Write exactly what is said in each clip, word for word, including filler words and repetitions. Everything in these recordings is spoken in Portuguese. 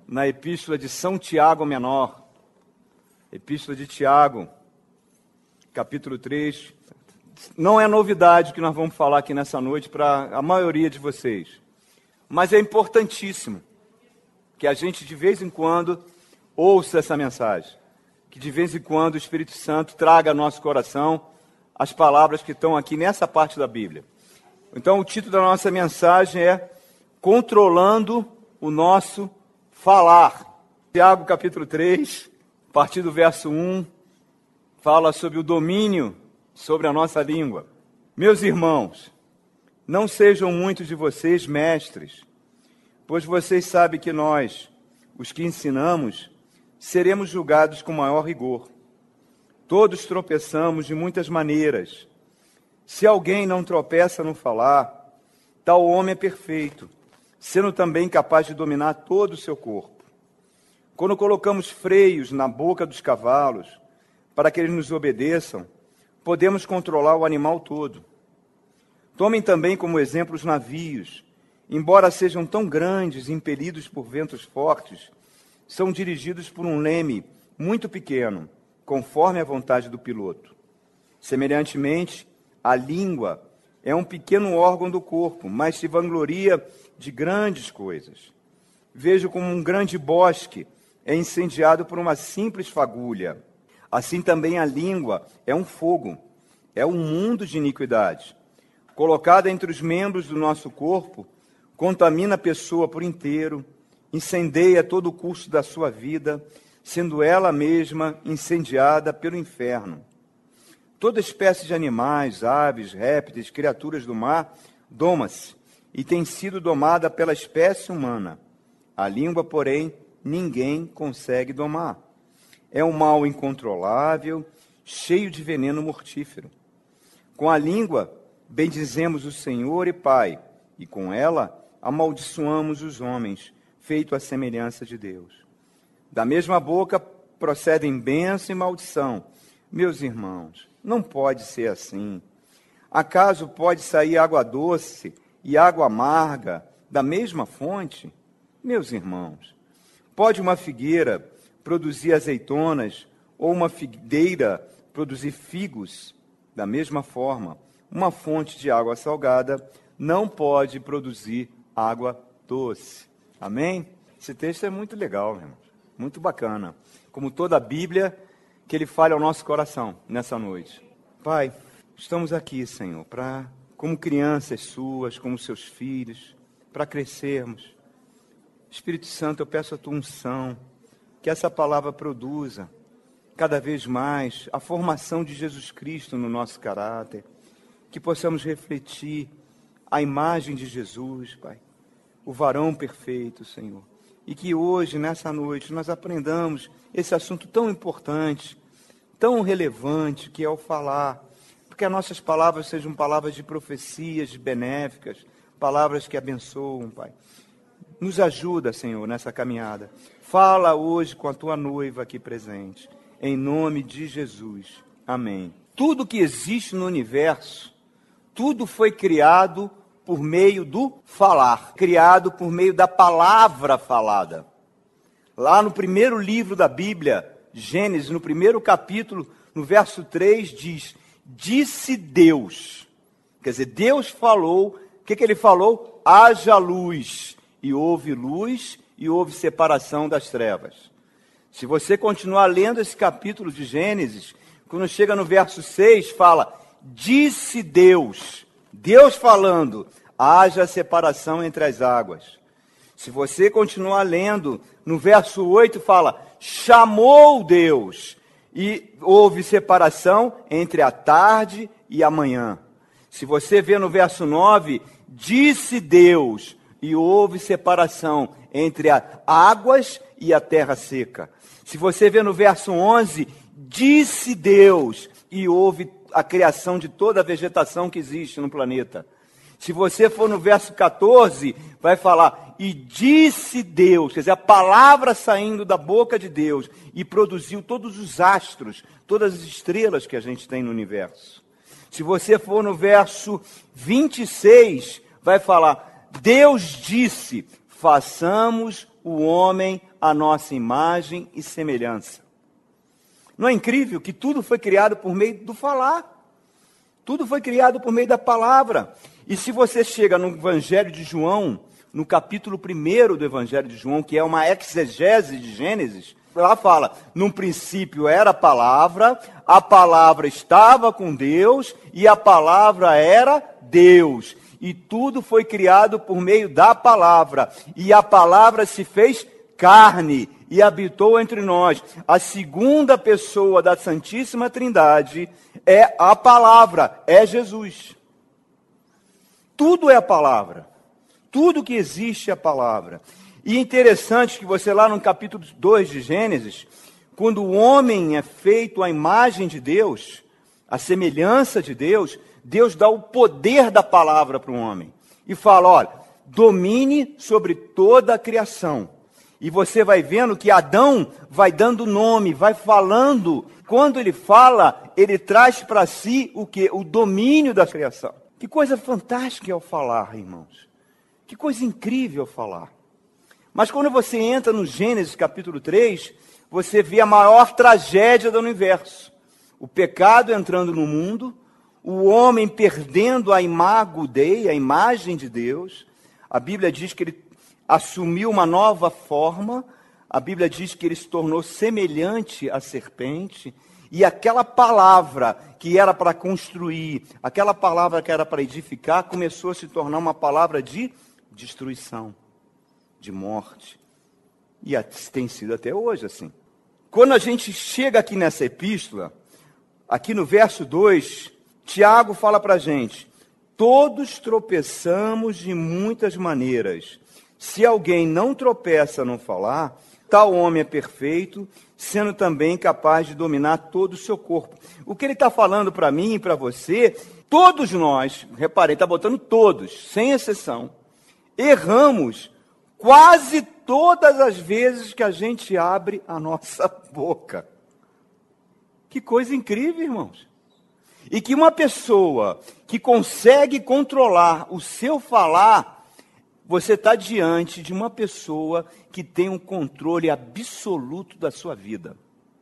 na Epístola de São Tiago Menor, Epístola de Tiago, capítulo três. Não é novidade que nós vamos falar aqui nessa noite para a maioria de vocês, mas é importantíssimo que a gente de vez em quando ouça essa mensagem, que de vez em quando o Espírito Santo traga ao nosso coração as palavras que estão aqui nessa parte da Bíblia. Então o título da nossa mensagem é Controlando o Nosso Falar. Tiago capítulo três, a partir do verso um, fala sobre o domínio sobre a nossa língua. Meus irmãos, não sejam muitos de vocês mestres, pois vocês sabem que nós, os que ensinamos, seremos julgados com maior rigor. Todos tropeçamos de muitas maneiras. Se alguém não tropeça no falar, tal homem é perfeito, sendo também capaz de dominar todo o seu corpo. Quando colocamos freios na boca dos cavalos, para que eles nos obedeçam, podemos controlar o animal todo. Tomem também como exemplo os navios. Embora sejam tão grandes e impelidos por ventos fortes, são dirigidos por um leme muito pequeno, conforme a vontade do piloto. Semelhantemente, a língua é um pequeno órgão do corpo, mas se vangloria de grandes coisas. Vejo como um grande bosque é incendiado por uma simples fagulha. Assim também a língua é um fogo, é um mundo de iniquidade. Colocada entre os membros do nosso corpo, contamina a pessoa por inteiro, incendeia todo o curso da sua vida, sendo ela mesma incendiada pelo inferno. Toda espécie de animais, aves, répteis, criaturas do mar, doma-se, e tem sido domada pela espécie humana. A língua, porém, ninguém consegue domar. É um mal incontrolável, cheio de veneno mortífero. Com a língua, bendizemos o Senhor e Pai, e com ela amaldiçoamos os homens, feito à semelhança de Deus. Da mesma boca procedem bênção e maldição. Meus irmãos, não pode ser assim. Acaso pode sair água doce e água amarga da mesma fonte? Meus irmãos, pode uma figueira produzir azeitonas, ou uma figueira produzir figos? Da mesma forma, uma fonte de água salgada não pode produzir água doce. Amém? Esse texto é muito legal, irmãos, muito bacana. Como toda a Bíblia, que ele fale ao nosso coração nessa noite. Pai, estamos aqui, Senhor, para, como crianças suas, como seus filhos, para crescermos. Espírito Santo, eu peço a tua unção, que essa palavra produza cada vez mais a formação de Jesus Cristo no nosso caráter, que possamos refletir a imagem de Jesus, Pai, o varão perfeito, Senhor, e que hoje, nessa noite, nós aprendamos esse assunto tão importante, tão relevante, que é o falar, porque as nossas palavras sejam palavras de profecias, de benéficas, palavras que abençoam, Pai. Nos ajuda, Senhor, nessa caminhada. Fala hoje com a tua noiva aqui presente. Em nome de Jesus. Amém. Tudo que existe no universo, tudo foi criado por meio do falar. Criado por meio da palavra falada. Lá no primeiro livro da Bíblia, Gênesis, no primeiro capítulo, no verso três, diz: disse Deus. Quer dizer, Deus falou. O que, que ele falou? Haja luz. E houve luz e houve separação das trevas. Se você continuar lendo esse capítulo de Gênesis, quando chega no verso seis, fala: disse Deus, Deus falando, haja separação entre as águas. Se você continuar lendo, no verso oito fala: chamou Deus, e houve separação entre a tarde e a manhã. Se você vê no verso nove, disse Deus, e houve separação entre as águas e a terra seca. Se você vê no verso onze, disse Deus, e houve a criação de toda a vegetação que existe no planeta. Se você for no verso catorze, vai falar: e disse Deus, quer dizer, a palavra saindo da boca de Deus, e produziu todos os astros, todas as estrelas que a gente tem no universo. Se você for no verso vinte e seis, vai falar: Deus disse, façamos o homem à nossa imagem e semelhança. Não é incrível que tudo foi criado por meio do falar? Tudo foi criado por meio da palavra. E se você chega no Evangelho de João, no capítulo primeiro do Evangelho de João, que é uma exegese de Gênesis, lá fala, no princípio era a palavra, a palavra estava com Deus e a palavra era Deus. E tudo foi criado por meio da palavra. E a palavra se fez carne e habitou entre nós. A segunda pessoa da Santíssima Trindade é a palavra, é Jesus. Tudo é a palavra. Tudo que existe é a palavra. E interessante que você lá no capítulo dois de Gênesis, quando o homem é feito à imagem de Deus, à semelhança de Deus, Deus dá o poder da palavra para o homem. E fala, olha, domine sobre toda a criação. E você vai vendo que Adão vai dando nome, vai falando. Quando ele fala, ele traz para si o quê? O domínio da criação. Que coisa fantástica é o falar, irmãos. Que coisa incrível falar. Mas quando você entra no Gênesis capítulo três, você vê a maior tragédia do universo. O pecado entrando no mundo, o homem perdendo a imago Dei, a imagem de Deus. A Bíblia diz que ele assumiu uma nova forma. A Bíblia diz que ele se tornou semelhante à serpente. E aquela palavra que era para construir, aquela palavra que era para edificar, começou a se tornar uma palavra de destruição, de morte. E tem sido até hoje assim. Quando a gente chega aqui nessa epístola, aqui no verso dois, Tiago fala para a gente, todos tropeçamos de muitas maneiras. Se alguém não tropeça no falar, tal homem é perfeito, sendo também capaz de dominar todo o seu corpo. O que ele está falando para mim e para você, todos nós, reparem, está botando todos, sem exceção, erramos quase todas as vezes que a gente abre a nossa boca. Que coisa incrível, irmãos. E que uma pessoa que consegue controlar o seu falar, você está diante de uma pessoa que tem um controle absoluto da sua vida.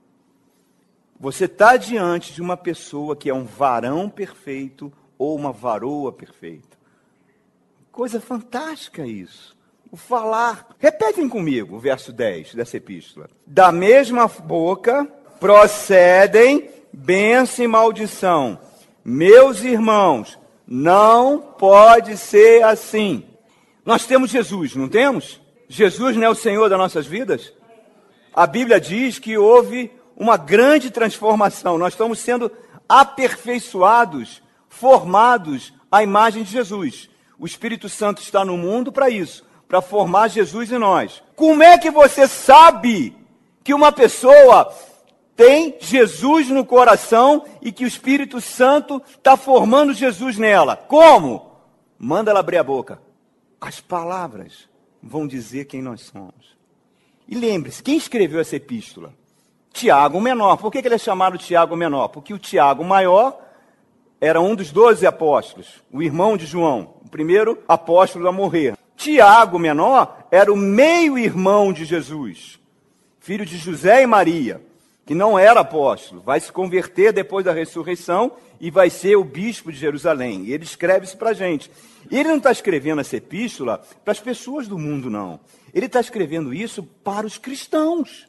Você está diante de uma pessoa que é um varão perfeito ou uma varoa perfeita. Coisa fantástica isso. O falar. Repetem comigo o verso dez dessa epístola. Da mesma boca procedem bênção e maldição. Meus irmãos, não pode ser assim. Nós temos Jesus, não temos? Jesus não é o Senhor das nossas vidas? A Bíblia diz que houve uma grande transformação. Nós estamos sendo aperfeiçoados, formados à imagem de Jesus. O Espírito Santo está no mundo para isso, para formar Jesus em nós. Como é que você sabe que uma pessoa tem Jesus no coração e que o Espírito Santo está formando Jesus nela? Como? Manda ela abrir a boca. As palavras vão dizer quem nós somos. E lembre-se, quem escreveu essa epístola? Tiago Menor. Por que ele é chamado Tiago Menor? Porque o Tiago Maior era um dos doze apóstolos, o irmão de João, o primeiro apóstolo a morrer. Tiago Menor era o meio-irmão de Jesus, filho de José e Maria, que não era apóstolo, vai se converter depois da ressurreição e vai ser o bispo de Jerusalém. E ele escreve isso para a gente. E ele não está escrevendo essa epístola para as pessoas do mundo, não. Ele está escrevendo isso para os cristãos,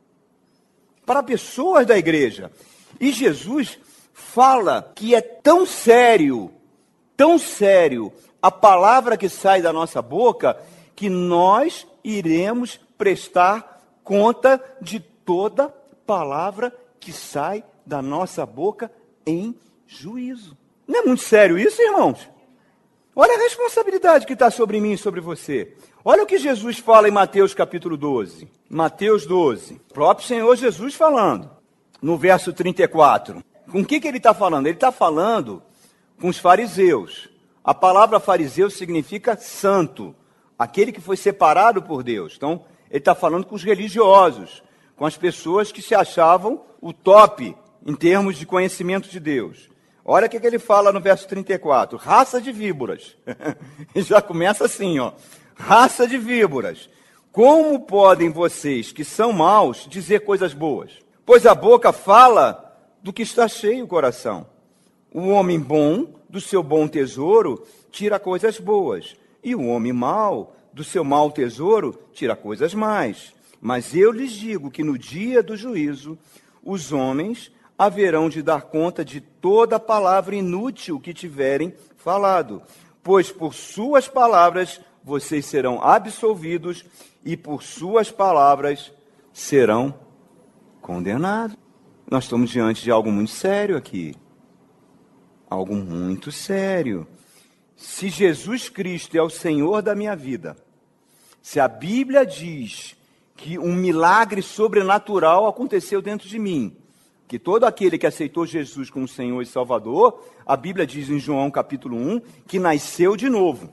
para pessoas da igreja. E Jesus fala que é tão sério, tão sério, a palavra que sai da nossa boca, que nós iremos prestar conta de toda palavra que sai da nossa boca em juízo. Não é muito sério isso, irmãos? Olha a responsabilidade que está sobre mim e sobre você. Olha o que Jesus fala em Mateus capítulo doze. Mateus doze. O próprio Senhor Jesus falando, no verso trinta e quatro. Com o que, que ele está falando? Ele está falando com os fariseus. A palavra fariseu significa santo, aquele que foi separado por Deus. Então, ele está falando com os religiosos, com as pessoas que se achavam o top em termos de conhecimento de Deus. Olha o que, que ele fala no verso trinta e quatro. Raça de víboras. Já começa assim, ó. Raça de víboras. Como podem vocês, que são maus, dizer coisas boas? Pois a boca fala do que está cheio o coração. O homem bom, do seu bom tesouro, tira coisas boas. E o homem mau, do seu mau tesouro, tira coisas más. Mas eu lhes digo que no dia do juízo, os homens haverão de dar conta de toda palavra inútil que tiverem falado. Pois por suas palavras vocês serão absolvidos e por suas palavras serão condenados. Nós estamos diante de algo muito sério aqui. Algo muito sério. Se Jesus Cristo é o Senhor da minha vida, se a Bíblia diz que um milagre sobrenatural aconteceu dentro de mim, que todo aquele que aceitou Jesus como Senhor e Salvador, a Bíblia diz em João capítulo um, que nasceu de novo.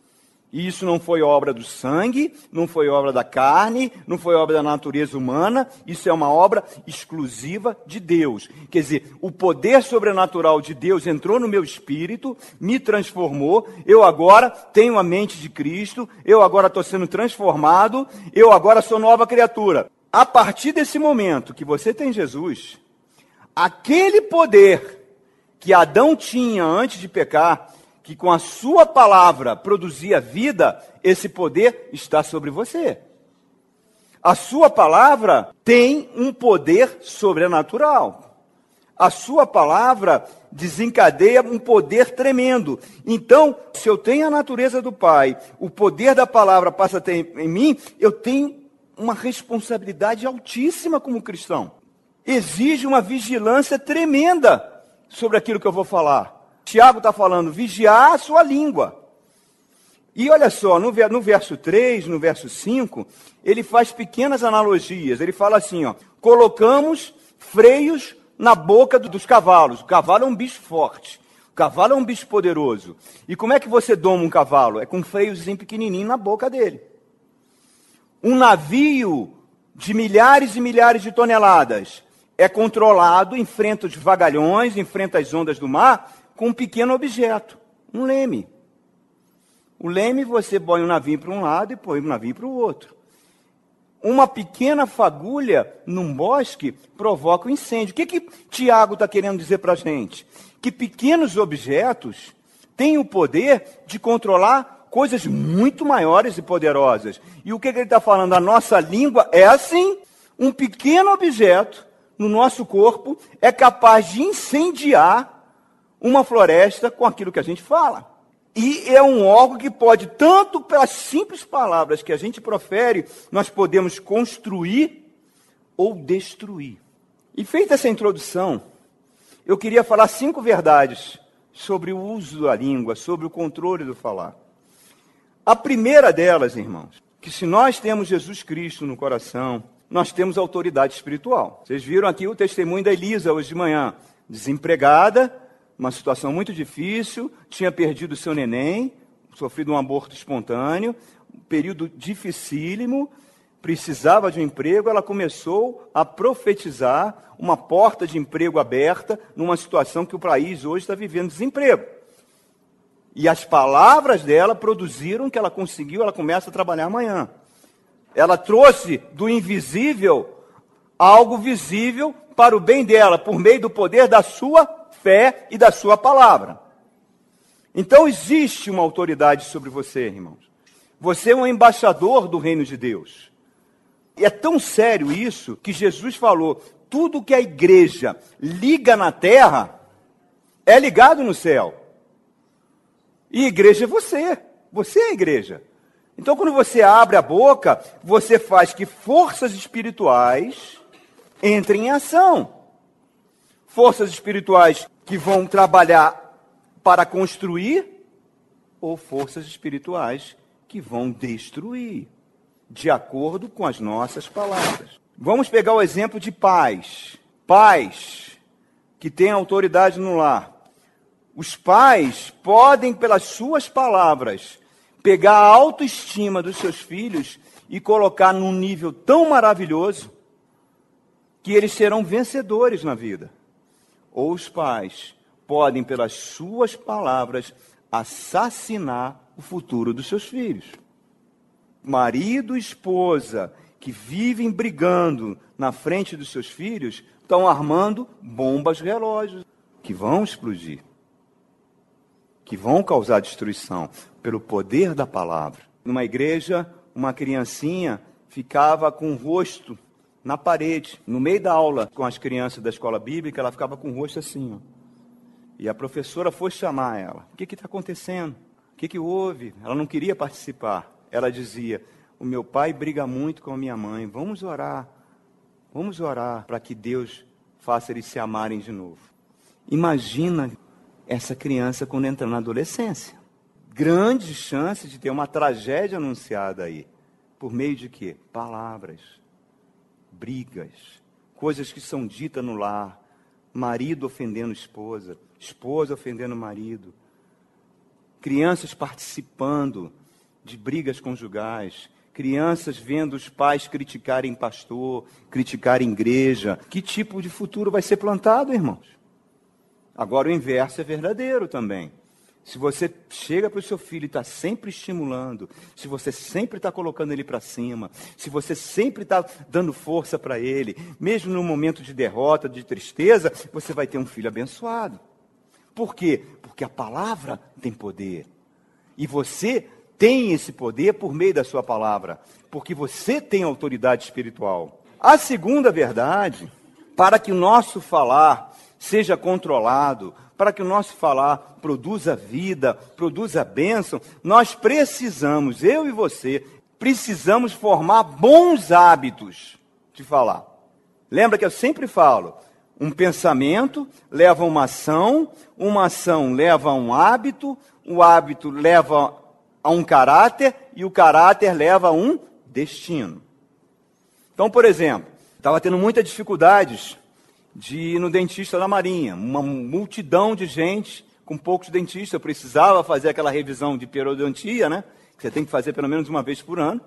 E isso não foi obra do sangue, não foi obra da carne, não foi obra da natureza humana, isso é uma obra exclusiva de Deus. Quer dizer, o poder sobrenatural de Deus entrou no meu espírito, me transformou, eu agora tenho a mente de Cristo, eu agora estou sendo transformado, eu agora sou nova criatura. A partir desse momento que você tem Jesus, aquele poder que Adão tinha antes de pecar, que com a sua palavra produzia vida, esse poder está sobre você. A sua palavra tem um poder sobrenatural. A sua palavra desencadeia um poder tremendo. Então, se eu tenho a natureza do Pai, o poder da palavra passa a ter em mim, eu tenho uma responsabilidade altíssima como cristão. Exige uma vigilância tremenda sobre aquilo que eu vou falar. Tiago está falando, vigiar a sua língua. E olha só, no, no verso três, no verso cinco, ele faz pequenas analogias. Ele fala assim, ó, colocamos freios na boca dos cavalos. O cavalo é um bicho forte. O cavalo é um bicho poderoso. E como é que você doma um cavalo? É com um freiozinho pequenininho na boca dele. Um navio de milhares e milhares de toneladas é controlado, enfrenta os vagalhões, enfrenta as ondas do mar, com um pequeno objeto, um leme. O leme você põe um navio para um lado e põe um navio para o outro. Uma pequena fagulha num bosque provoca um incêndio. O que, que Tiago está querendo dizer para a gente? Que pequenos objetos têm o poder de controlar coisas muito maiores e poderosas. E o que, que ele está falando? A nossa língua é assim. Um pequeno objeto no nosso corpo é capaz de incendiar uma floresta com aquilo que a gente fala. E é um órgão que pode, tanto pelas simples palavras que a gente profere, nós podemos construir ou destruir. E feita essa introdução, eu queria falar cinco verdades sobre o uso da língua, sobre o controle do falar. A primeira delas, irmãos, que se nós temos Jesus Cristo no coração, nós temos autoridade espiritual. Vocês viram aqui o testemunho da Elisa hoje de manhã, desempregada, uma situação muito difícil, tinha perdido seu neném, sofrido um aborto espontâneo, um período dificílimo, precisava de um emprego, ela começou a profetizar uma porta de emprego aberta numa situação que o país hoje está vivendo desemprego. E as palavras dela produziram que ela conseguiu, ela começa a trabalhar amanhã. Ela trouxe do invisível algo visível para o bem dela, por meio do poder da sua fé e da sua palavra. Então existe uma autoridade sobre você, irmãos. Você é um embaixador do reino de Deus. E é tão sério isso que Jesus falou, tudo que a igreja liga na terra é ligado no céu. E igreja é você. Você é a igreja. Então quando você abre a boca, você faz que forças espirituais entrem em ação. Forças espirituais que vão trabalhar para construir ou forças espirituais que vão destruir, de acordo com as nossas palavras. Vamos pegar o exemplo de pais. Pais que têm autoridade no lar. Os pais podem, pelas suas palavras, pegar a autoestima dos seus filhos e colocar num nível tão maravilhoso que eles serão vencedores na vida. Ou os pais podem, pelas suas palavras, assassinar o futuro dos seus filhos. marido e esposa que vivem brigando na frente dos seus filhos estão armando bombas relógios que vão explodir, que vão causar destruição pelo poder da palavra. Numa igreja, uma criancinha ficava com o rosto na parede, no meio da aula, com as crianças da escola bíblica, ela ficava com o rosto assim, ó. E a professora foi chamar ela. O que está acontecendo? O que, que houve? Ela não queria participar. Ela dizia, o meu pai briga muito com a minha mãe, vamos orar, vamos orar para que Deus faça eles se amarem de novo. Imagina essa criança quando entra na adolescência. Grande chance de ter uma tragédia anunciada aí. Por meio de quê? Palavras, brigas, coisas que são ditas no lar, marido ofendendo esposa, esposa ofendendo marido, crianças participando de brigas conjugais, crianças vendo os pais criticarem pastor, criticarem igreja. Que tipo de futuro vai ser plantado, irmãos? Agora o inverso é verdadeiro também. Se você chega para o seu filho e está sempre estimulando, se você sempre está colocando ele para cima, se você sempre está dando força para ele, mesmo no momento de derrota, de tristeza, você vai ter um filho abençoado. Por quê? Porque a palavra tem poder. E você tem esse poder por meio da sua palavra, porque você tem autoridade espiritual. A segunda verdade, para que o nosso falar seja controlado, para que o nosso falar produza vida, produza bênção, nós precisamos, eu e você, precisamos formar bons hábitos de falar. Lembra que eu sempre falo, um pensamento leva a uma ação, uma ação leva a um hábito, o hábito leva a um caráter e o caráter leva a um destino. Então, por exemplo, estava tendo muitas dificuldades de ir no dentista da Marinha, uma multidão de gente com poucos dentistas, eu precisava fazer aquela revisão de periodontia, né, que você tem que fazer pelo menos uma vez por ano,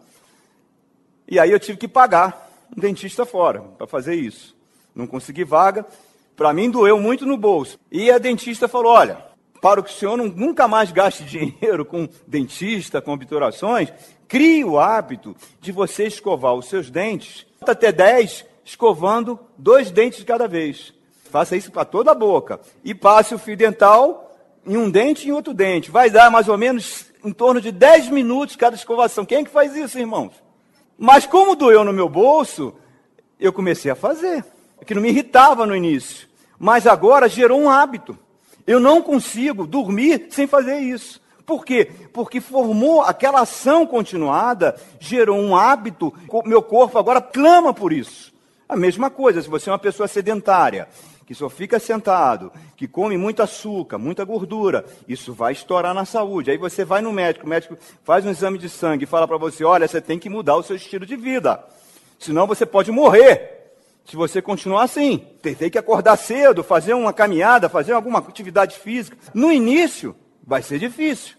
e aí eu tive que pagar um dentista fora para fazer isso. Não consegui vaga, para mim doeu muito no bolso. E a dentista falou, olha, para que o senhor não, nunca mais gaste dinheiro com dentista, com obturações, crie o hábito de você escovar os seus dentes, até dez, escovando dois dentes de cada vez. Faça isso para toda a boca. E passe o fio dental em um dente e em outro dente. Vai dar mais ou menos em torno de dez minutos cada escovação. Quem é que faz isso, irmãos? Mas como doeu no meu bolso, eu comecei a fazer. Que não me irritava no início. Mas agora gerou um hábito. Eu não consigo dormir sem fazer isso. Por quê? Porque formou aquela ação continuada, gerou um hábito, meu corpo agora clama por isso. A mesma coisa, se você é uma pessoa sedentária, que só fica sentado, que come muito açúcar, muita gordura, isso vai estourar na saúde. Aí você vai no médico, o médico faz um exame de sangue e fala para você, olha, você tem que mudar o seu estilo de vida, senão você pode morrer. Se você continuar assim, tem que acordar cedo, fazer uma caminhada, fazer alguma atividade física. No início, vai ser difícil.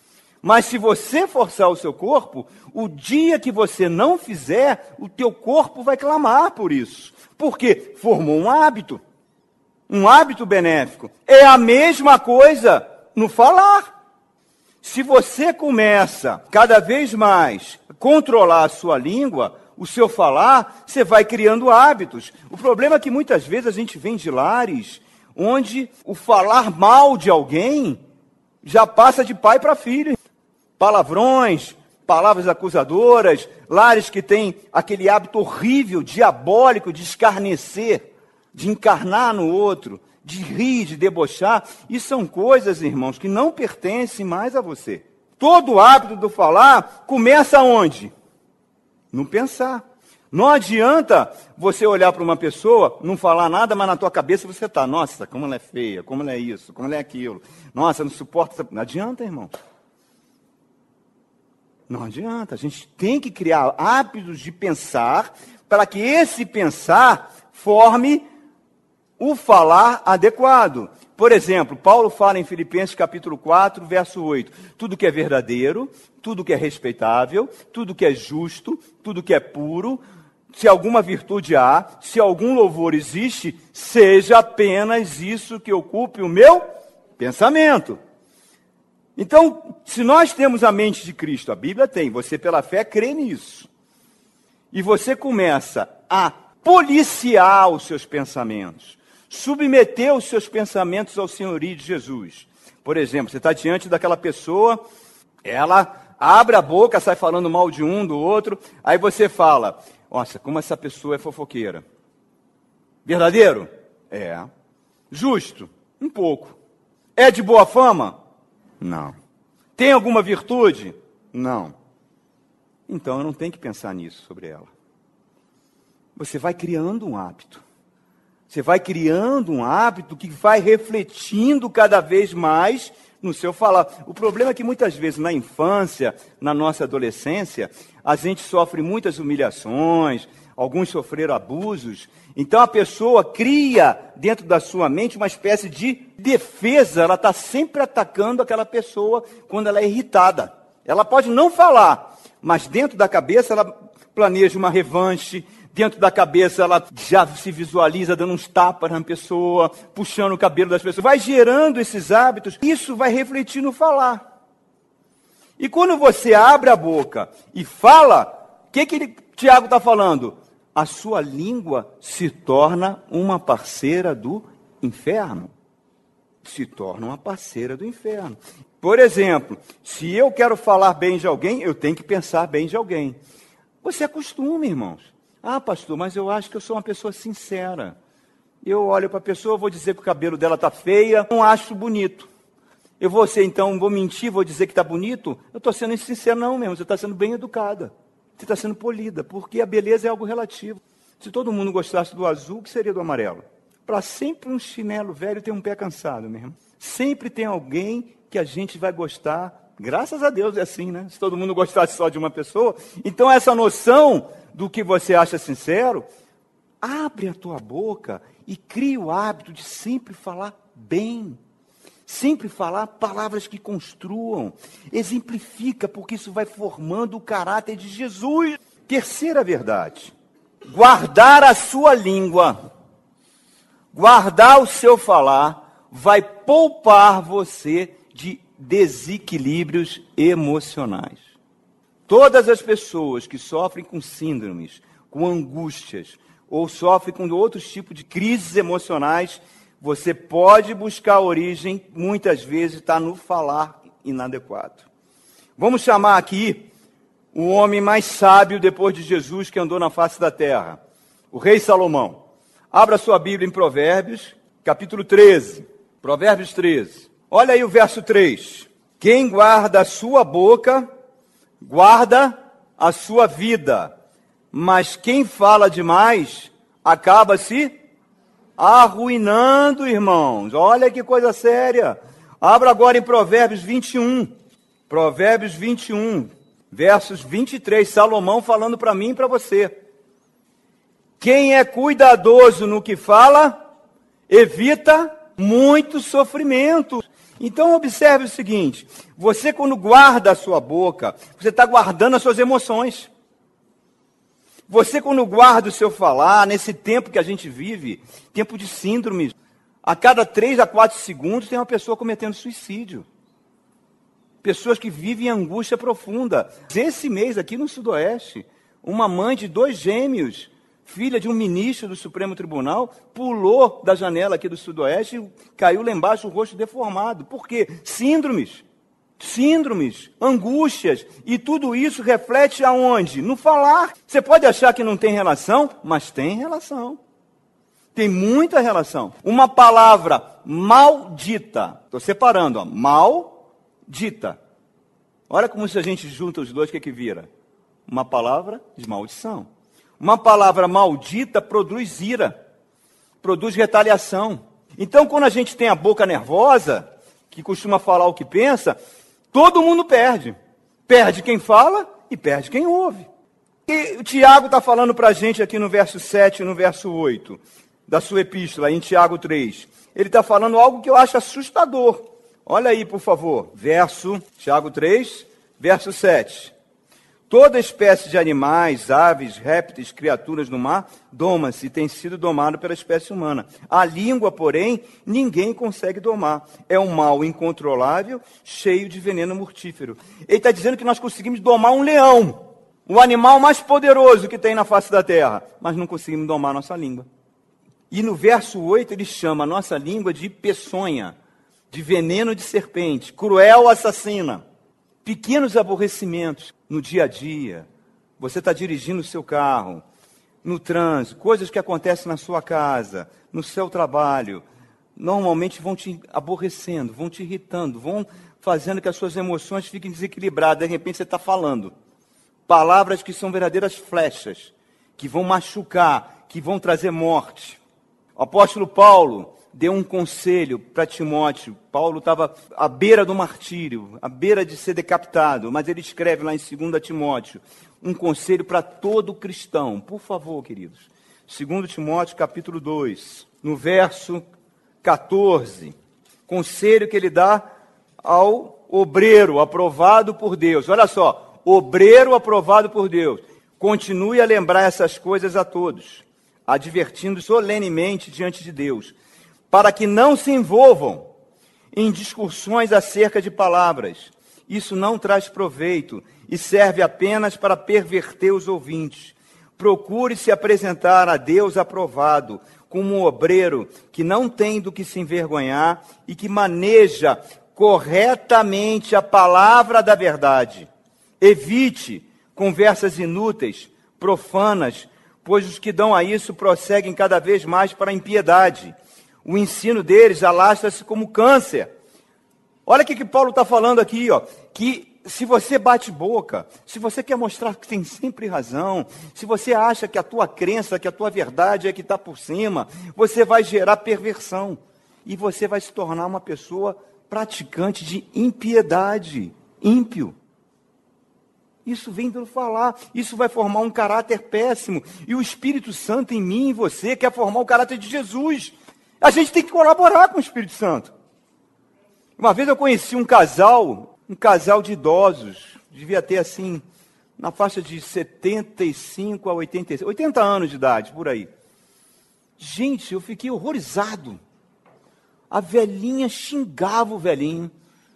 Mas se você forçar o seu corpo, o dia que você não fizer, o teu corpo vai clamar por isso. Por quê? Formou um hábito. Um hábito benéfico. É a mesma coisa no falar. Se você começa cada vez mais a controlar a sua língua, o seu falar, você vai criando hábitos. O problema é que muitas vezes a gente vem de lares onde o falar mal de alguém já passa de pai para filho. Palavrões, palavras acusadoras, lares que têm aquele hábito horrível, diabólico, de escarnecer, de encarnar no outro, de rir, de debochar. E são coisas, irmãos, que não pertencem mais a você. Todo o hábito do falar começa onde? No pensar. Não adianta você olhar para uma pessoa, não falar nada, mas na tua cabeça você está, nossa, como ela é feia, como ela é isso, como ela é aquilo. Nossa, não suporta. Não adianta, irmão. Não adianta. A gente tem que criar hábitos de pensar para que esse pensar forme o falar adequado. Por exemplo, Paulo fala em Filipenses capítulo quatro, verso oito. Tudo que é verdadeiro, tudo que é respeitável, tudo que é justo, tudo que é puro, se alguma virtude há, se algum louvor existe, seja apenas isso que ocupe o meu pensamento. Então, se nós temos a mente de Cristo, a Bíblia tem, você pela fé crê nisso, e você começa a policiar os seus pensamentos, submeter os seus pensamentos ao senhorio de Jesus. Por exemplo, você está diante daquela pessoa, ela abre a boca, sai falando mal de um, do outro, aí você fala, nossa, como essa pessoa é fofoqueira. Verdadeiro? É. Justo? Um pouco. É de boa fama? Não. Tem alguma virtude? Não. Então eu não tenho que pensar nisso sobre ela. Você vai criando um hábito. Você vai criando um hábito que vai refletindo cada vez mais no seu falar. O problema é que muitas vezes na infância, na nossa adolescência, a gente sofre muitas humilhações, alguns sofreram abusos. Então a pessoa cria dentro da sua mente uma espécie de defesa, ela está sempre atacando aquela pessoa quando ela é irritada. Ela pode não falar, mas dentro da cabeça ela planeja uma revanche, dentro da cabeça ela já se visualiza dando uns tapas na pessoa, puxando o cabelo das pessoas. Vai gerando esses hábitos, isso vai refletir no falar. E quando você abre a boca e fala, o que que Tiago está falando? A sua língua se torna uma parceira do inferno. Se torna uma parceira do inferno. Por exemplo, se eu quero falar bem de alguém, eu tenho que pensar bem de alguém. Você acostuma, irmãos. Ah, pastor, mas eu acho que eu sou uma pessoa sincera. Eu olho para a pessoa, vou dizer que o cabelo dela está feia, não acho bonito. Eu vou ser, então, vou mentir, vou dizer que está bonito? Eu estou sendo insincero, não mesmo, você está sendo bem educada. Você está sendo polida, porque a beleza é algo relativo. Se todo mundo gostasse do azul, o que seria do amarelo? Para sempre um chinelo velho tem um pé cansado mesmo. Sempre tem alguém que a gente vai gostar. Graças a Deus é assim, né? Se todo mundo gostasse só de uma pessoa. Então essa noção do que você acha sincero, abre a tua boca e cria o hábito de sempre falar bem. Sempre falar palavras que construam. Exemplifica, porque isso vai formando o caráter de Jesus. Terceira verdade. Guardar a sua língua, guardar o seu falar, vai poupar você de desequilíbrios emocionais. Todas as pessoas que sofrem com síndromes, com angústias, ou sofrem com outros tipos de crises emocionais, você pode buscar a origem, muitas vezes está no falar inadequado. Vamos chamar aqui o homem mais sábio depois de Jesus que andou na face da terra, o rei Salomão. Abra sua Bíblia em Provérbios, capítulo treze. Provérbios treze. Olha aí o verso três. Quem guarda a sua boca, guarda a sua vida, mas quem fala demais, acaba se arruinando, irmãos. Olha que coisa séria. Abra agora em Provérbios vinte e um. Provérbios vinte e um, versos vinte e três. Salomão falando para mim e para você. Quem é cuidadoso no que fala, evita muito sofrimento. Então observe o seguinte, você quando guarda a sua boca, você está guardando as suas emoções. Você quando guarda o seu falar, nesse tempo que a gente vive, tempo de síndromes, a cada três a quatro segundos tem uma pessoa cometendo suicídio. Pessoas que vivem em angústia profunda. Esse mês aqui no Sudoeste, uma mãe de dois gêmeos, filha de um ministro do Supremo Tribunal, pulou da janela aqui do Sudoeste e caiu lá embaixo, o rosto deformado. Por quê? Síndromes. Síndromes, angústias, e tudo isso reflete aonde? No falar. Você pode achar que não tem relação, mas tem relação. Tem muita relação. Uma palavra maldita, estou separando, ó, maldita. Olha como se a gente junta os dois, o que que vira? Uma palavra de maldição. Uma palavra maldita produz ira, produz retaliação. Então, quando a gente tem a boca nervosa, que costuma falar o que pensa, todo mundo perde. Perde quem fala e perde quem ouve. E o Tiago está falando para a gente aqui no verso sete e no verso oito da sua epístola, em Tiago três. Ele está falando algo que eu acho assustador. Olha aí, por favor, verso, Tiago três, verso sete. Toda espécie de animais, aves, répteis, criaturas no mar, doma-se e tem sido domado pela espécie humana. A língua, porém, ninguém consegue domar. É um mal incontrolável, cheio de veneno mortífero. Ele está dizendo que nós conseguimos domar um leão, o animal mais poderoso que tem na face da terra, mas não conseguimos domar a nossa língua. E no verso oito ele chama a nossa língua de peçonha, de veneno de serpente, cruel assassina. Pequenos aborrecimentos no dia a dia. Você está dirigindo o seu carro, no trânsito, coisas que acontecem na sua casa, no seu trabalho, normalmente vão te aborrecendo, vão te irritando, vão fazendo que as suas emoções fiquem desequilibradas. De repente você está falando palavras que são verdadeiras flechas, que vão machucar, que vão trazer morte. O apóstolo Paulo deu um conselho para Timóteo. Paulo estava à beira do martírio, à beira de ser decapitado, mas ele escreve lá em dois Timóteo, um conselho para todo cristão. Por favor, queridos. dois Timóteo, capítulo dois, no verso quatorze. Conselho que ele dá ao obreiro aprovado por Deus. Olha só, obreiro aprovado por Deus. Continue a lembrar essas coisas a todos, advertindo solenemente diante de Deus, para que não se envolvam em discussões acerca de palavras. Isso não traz proveito e serve apenas para perverter os ouvintes. Procure se apresentar a Deus aprovado, como um obreiro que não tem do que se envergonhar e que maneja corretamente a palavra da verdade. Evite conversas inúteis, profanas, pois os que dão a isso prosseguem cada vez mais para a impiedade. O ensino deles alastra-se como câncer. Olha o que, que Paulo está falando aqui, ó, que se você bate boca, se você quer mostrar que tem sempre razão, se você acha que a tua crença, que a tua verdade é que está por cima, você vai gerar perversão. E você vai se tornar uma pessoa praticante de impiedade, ímpio. Isso vem do falar, isso vai formar um caráter péssimo. E o Espírito Santo em mim e você quer formar o caráter de Jesus. A gente tem que colaborar com o Espírito Santo. Uma vez eu conheci um casal, um casal de idosos, devia ter assim, na faixa de setenta e cinco a oitenta, oitenta anos de idade, por aí. Gente, eu fiquei horrorizado. A velhinha xingava o velhinho,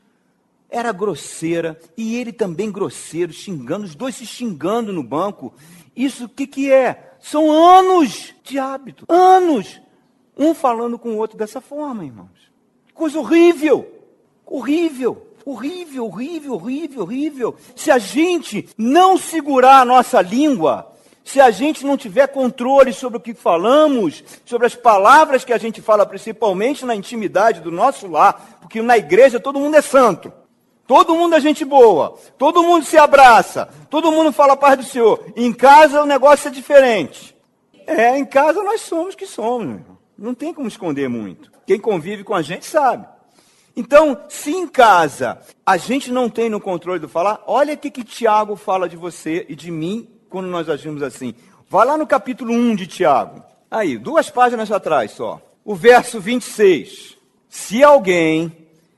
era grosseira, e ele também grosseiro, xingando, os dois se xingando no banco. Isso o que, que é? São anos de hábito, anos. Um falando com o outro dessa forma, irmãos. Coisa horrível, horrível, horrível, horrível, horrível, horrível. Se a gente não segurar a nossa língua, se a gente não tiver controle sobre o que falamos, sobre as palavras que a gente fala, principalmente na intimidade do nosso lar, porque na igreja todo mundo é santo, todo mundo é gente boa, todo mundo se abraça, todo mundo fala a paz do Senhor. Em casa o negócio é diferente. É, em casa nós somos que somos, meu irmão. Não tem como esconder muito. Quem convive com a gente sabe. Então, se em casa a gente não tem no controle do falar, olha o que, que Tiago fala de você e de mim quando nós agimos assim. Vai lá no capítulo um de Tiago. Aí, duas páginas atrás só. O verso vinte e seis. Se alguém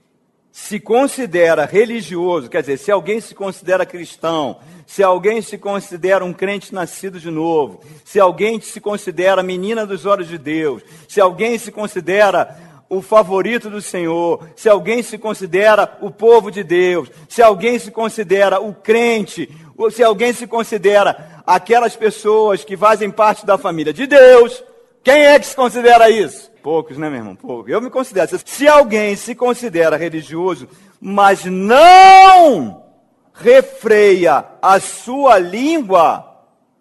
se considera religioso, quer dizer, se alguém se considera cristão, se alguém se considera um crente nascido de novo, se alguém se considera menina dos olhos de Deus, se alguém se considera o favorito do Senhor, se alguém se considera o povo de Deus, se alguém se considera o crente, ou se alguém se considera aquelas pessoas que fazem parte da família de Deus, quem é que se considera isso? Poucos, né, meu irmão? Poucos. Eu me considero. Se alguém se considera religioso, mas não refreia a sua língua,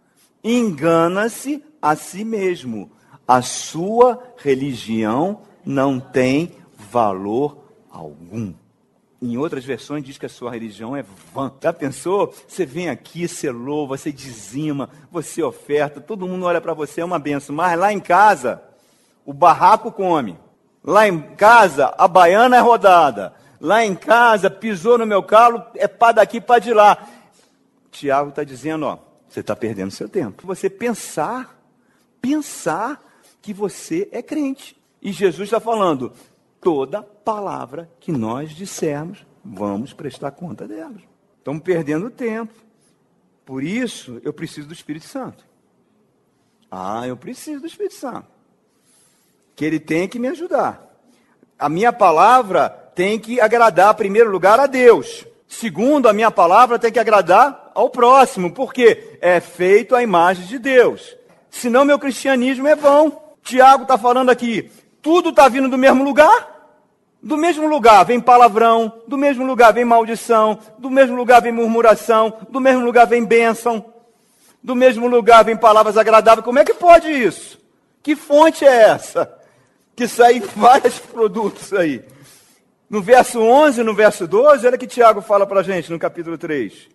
engana-se a si mesmo. A sua religião não tem valor algum. Em outras versões diz que a sua religião é vã. Já pensou? Você vem aqui, você louva, você dizima, você oferta, todo mundo olha para você, é uma benção. Mas lá em casa, o barraco come. Lá em casa, a baiana é rodada. Lá em casa, pisou no meu calo, é pá daqui, pá de lá. Tiago está dizendo, ó, você está perdendo seu tempo. Você pensar, pensar que você é crente. E Jesus está falando, toda palavra que nós dissermos, vamos prestar conta delas. Estamos perdendo tempo. Por isso, eu preciso do Espírito Santo. Ah, eu preciso do Espírito Santo. Que ele tem que me ajudar. A minha palavra tem que agradar, em primeiro lugar, a Deus. Segundo, a minha palavra tem que agradar ao próximo. Por quê? É feito à imagem de Deus. Senão, meu cristianismo é vão. Tiago está falando aqui, tudo está vindo do mesmo lugar? Do mesmo lugar vem palavrão, do mesmo lugar vem maldição, do mesmo lugar vem murmuração, do mesmo lugar vem bênção, do mesmo lugar vem palavras agradáveis. Como é que pode isso? Que fonte é essa? Que saem vários produtos aí. No verso onze e no verso doze, olha que Tiago fala para a gente no capítulo três.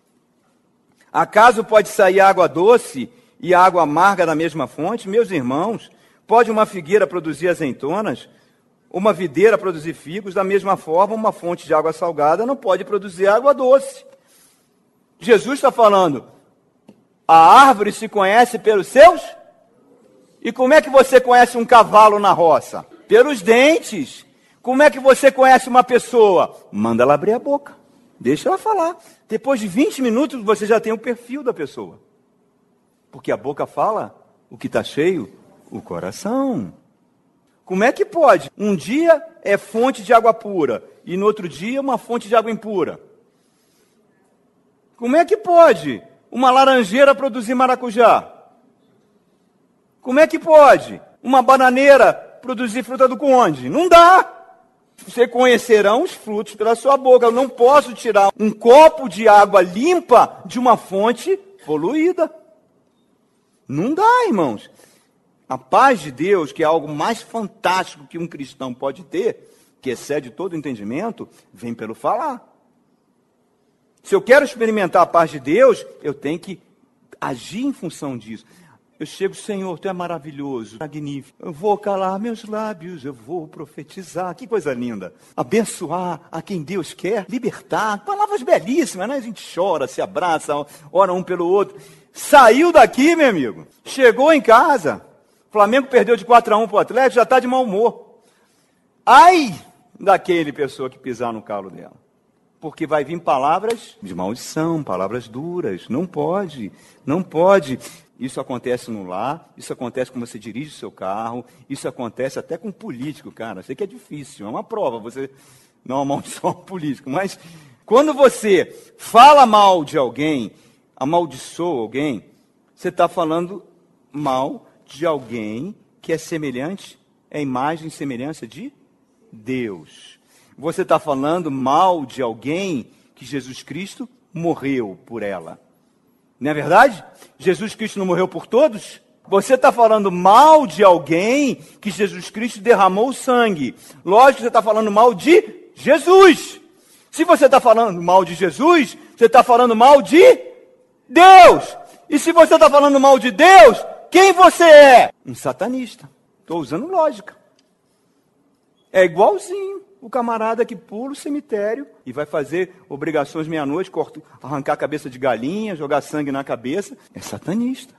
Acaso pode sair água doce e água amarga da mesma fonte? Meus irmãos, pode uma figueira produzir azeitonas? Uma videira produzir figos? Da mesma forma, uma fonte de água salgada não pode produzir água doce. Jesus está falando, a árvore se conhece pelos seus? E como é que você conhece um cavalo na roça? Pelos dentes. Como é que você conhece uma pessoa? Manda ela abrir a boca. Deixa ela falar. Depois de vinte minutos, você já tem o perfil da pessoa. Porque a boca fala o que está cheio, o coração. Como é que pode? Um dia é fonte de água pura e no outro dia uma fonte de água impura. Como é que pode uma laranjeira produzir maracujá? Como é que pode uma bananeira produzir fruta do conde? Não dá. Vocês conhecerão os frutos pela sua boca. Eu não posso tirar um copo de água limpa de uma fonte poluída. Não dá, irmãos. A paz de Deus, que é algo mais fantástico que um cristão pode ter, que excede todo entendimento, vem pelo falar. Se eu quero experimentar a paz de Deus, eu tenho que agir em função disso. Eu chego, Senhor, Tu é maravilhoso, magnífico. Eu vou calar meus lábios, eu vou profetizar. Que coisa linda. Abençoar a quem Deus quer, libertar. Palavras belíssimas, né? A gente chora, se abraça, ora um pelo outro. Saiu daqui, meu amigo. Chegou em casa. O Flamengo perdeu de quatro a um para o Atlético, já está de mau humor. Ai daquele pessoa que pisar no calo dela. Porque vai vir palavras de maldição, palavras duras. Não pode, não pode. Isso acontece no lar, isso acontece quando você dirige o seu carro, isso acontece até com político, cara. Sei que é difícil, é uma prova, você não amaldiçoar um político. Mas quando você fala mal de alguém, amaldiçoa alguém, você está falando mal de alguém que é semelhante, é imagem e semelhança de Deus. Você está falando mal de alguém que Jesus Cristo morreu por ela. Não é verdade? Jesus Cristo não morreu por todos? Você está falando mal de alguém que Jesus Cristo derramou o sangue. Lógico que você está falando mal de Jesus. Se você está falando mal de Jesus, você está falando mal de Deus. E se você está falando mal de Deus, quem você é? Um satanista. Estou usando lógica. É igualzinho o camarada que pula o cemitério e vai fazer obrigações meia-noite, arrancar a cabeça de galinha, jogar sangue na cabeça. É satanista.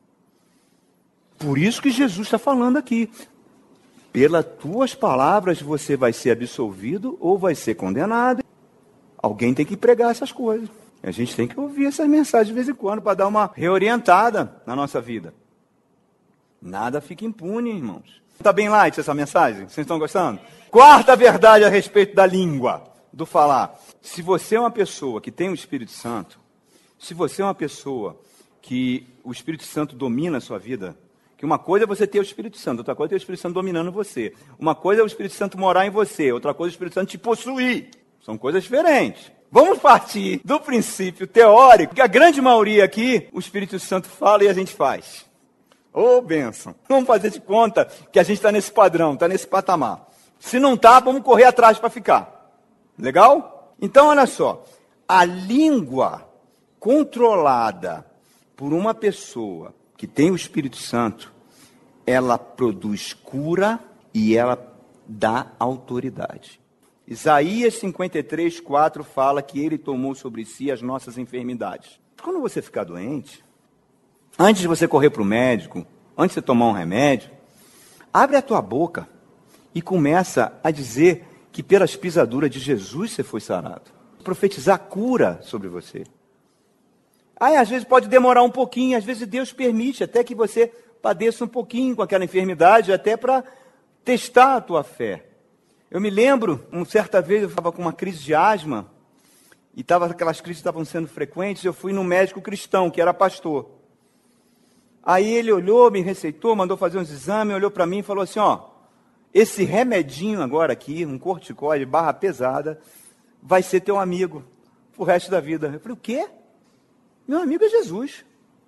Por isso que Jesus está falando aqui. Pelas tuas palavras você vai ser absolvido ou vai ser condenado. Alguém tem que pregar essas coisas. A gente tem que ouvir essas mensagens de vez em quando para dar uma reorientada na nossa vida. Nada fica impune, irmãos. Está bem light essa mensagem? Vocês estão gostando? Quarta verdade a respeito da língua, do falar. Se você é uma pessoa que tem o Espírito Santo, se você é uma pessoa que o Espírito Santo domina a sua vida, que uma coisa é você ter o Espírito Santo, outra coisa é ter o Espírito Santo dominando você. Uma coisa é o Espírito Santo morar em você, outra coisa é o Espírito Santo te possuir. São coisas diferentes. Vamos partir do princípio teórico, que a grande maioria aqui, o Espírito Santo fala e a gente faz. Ô, bênção. Vamos fazer de conta que a gente está nesse padrão, está nesse patamar. Se não está, vamos correr atrás para ficar. Legal? Então, olha só. A língua controlada por uma pessoa que tem o Espírito Santo, ela produz cura e ela dá autoridade. Isaías cinquenta e três, quatro fala que ele tomou sobre si as nossas enfermidades. Quando você ficar doente, antes de você correr para o médico, antes de você tomar um remédio, abre a tua boca e começa a dizer que pelas pisaduras de Jesus você foi sarado. Profetizar cura sobre você. Aí, às vezes, pode demorar um pouquinho, às vezes Deus permite até que você padeça um pouquinho com aquela enfermidade, até para testar a tua fé. Eu me lembro, uma certa vez eu estava com uma crise de asma, e tava, aquelas crises estavam sendo frequentes, eu fui num médico cristão, que era pastor. Aí ele olhou, me receitou, mandou fazer uns exames, olhou para mim e falou assim, ó, esse remedinho agora aqui, um corticóide, barra pesada, vai ser teu amigo pro resto da vida. Eu falei, o quê? Meu amigo é Jesus.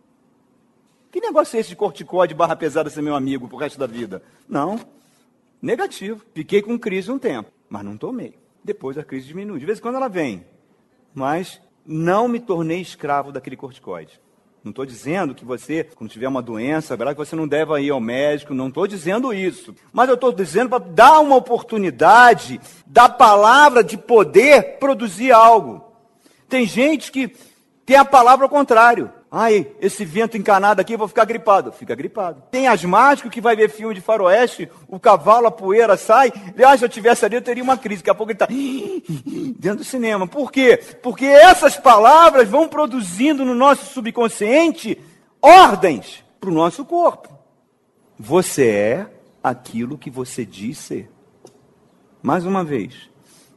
Que negócio é esse de corticóide, barra pesada, ser meu amigo pro resto da vida? Não, negativo. Fiquei com crise um tempo, mas não tomei. Depois a crise diminui. De vez em quando ela vem, mas não me tornei escravo daquele corticóide. Não estou dizendo que você, quando tiver uma doença, que você não deve ir ao médico, não estou dizendo isso. Mas eu estou dizendo para dar uma oportunidade da palavra de poder produzir algo. Tem gente que tem a palavra ao contrário. Ai, esse vento encanado aqui, eu vou ficar gripado. Fica gripado. Tem asmático que vai ver filme de faroeste, o cavalo, a poeira sai. Aliás, se eu tivesse ali, eu teria uma crise. Daqui a pouco ele está dentro do cinema. Por quê? Porque essas palavras vão produzindo no nosso subconsciente ordens para o nosso corpo. Você é aquilo que você diz ser. Mais uma vez.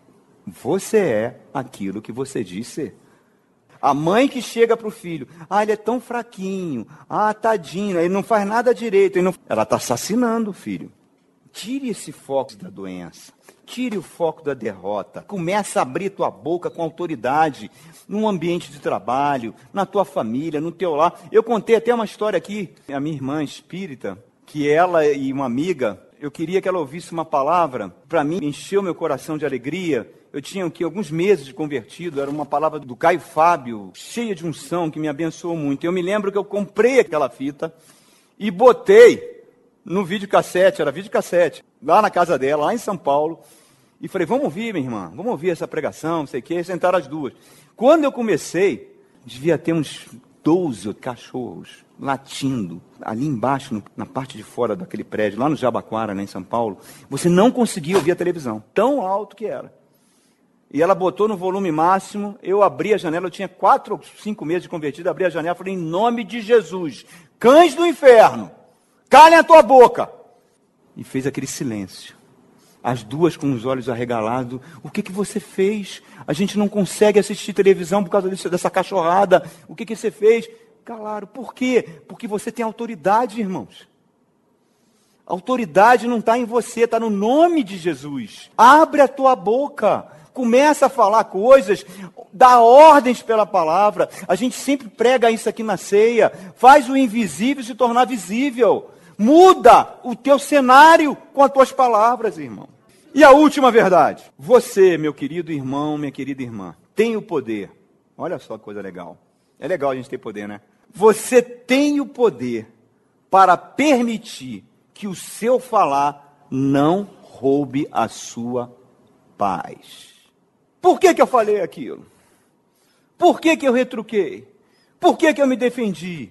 Você é aquilo que você diz ser. A mãe que chega para o filho, ah, ele é tão fraquinho, ah, tadinho, ele não faz nada direito. Ele não... Ela está assassinando o filho. Tire esse foco da doença, tire o foco da derrota. Começa a abrir tua boca com autoridade, num ambiente de trabalho, na tua família, no teu lar. Eu contei até uma história aqui, a minha irmã espírita, que ela e uma amiga, eu queria que ela ouvisse uma palavra, para mim, encheu meu coração de alegria. Eu tinha aqui alguns meses de convertido, era uma palavra do Caio Fábio, cheia de unção, que me abençoou muito. Eu me lembro que eu comprei aquela fita e botei no videocassete, era videocassete, lá na casa dela, lá em São Paulo, e falei, vamos ouvir, minha irmã, vamos ouvir essa pregação, não sei o quê, sentaram as duas. Quando eu comecei, devia ter uns doze cachorros latindo, ali embaixo, no, na parte de fora daquele prédio, lá no Jabaquara, né, em São Paulo. Você não conseguia ouvir a televisão, tão alto que era. E ela botou no volume máximo, eu abri a janela, eu tinha quatro ou cinco meses de convertido, abri a janela e falei, em nome de Jesus, cães do inferno, calem a tua boca. E fez aquele silêncio. As duas com os olhos arregalados, o que que você fez? A gente não consegue assistir televisão por causa desse, dessa cachorrada. O que que você fez? Calaram. Por quê? Porque você tem autoridade, irmãos. A autoridade não está em você, está no nome de Jesus. Abre a tua boca. Começa a falar coisas, dá ordens pela palavra. A gente sempre prega isso aqui na ceia. Faz o invisível se tornar visível. Muda o teu cenário com as tuas palavras, irmão. E a última verdade. Você, meu querido irmão, minha querida irmã, tem o poder. Olha só que coisa legal. É legal a gente ter poder, né? Você tem o poder para permitir que o seu falar não roube a sua paz. Por que que eu falei aquilo? Por que que eu retruquei? Por que que eu me defendi?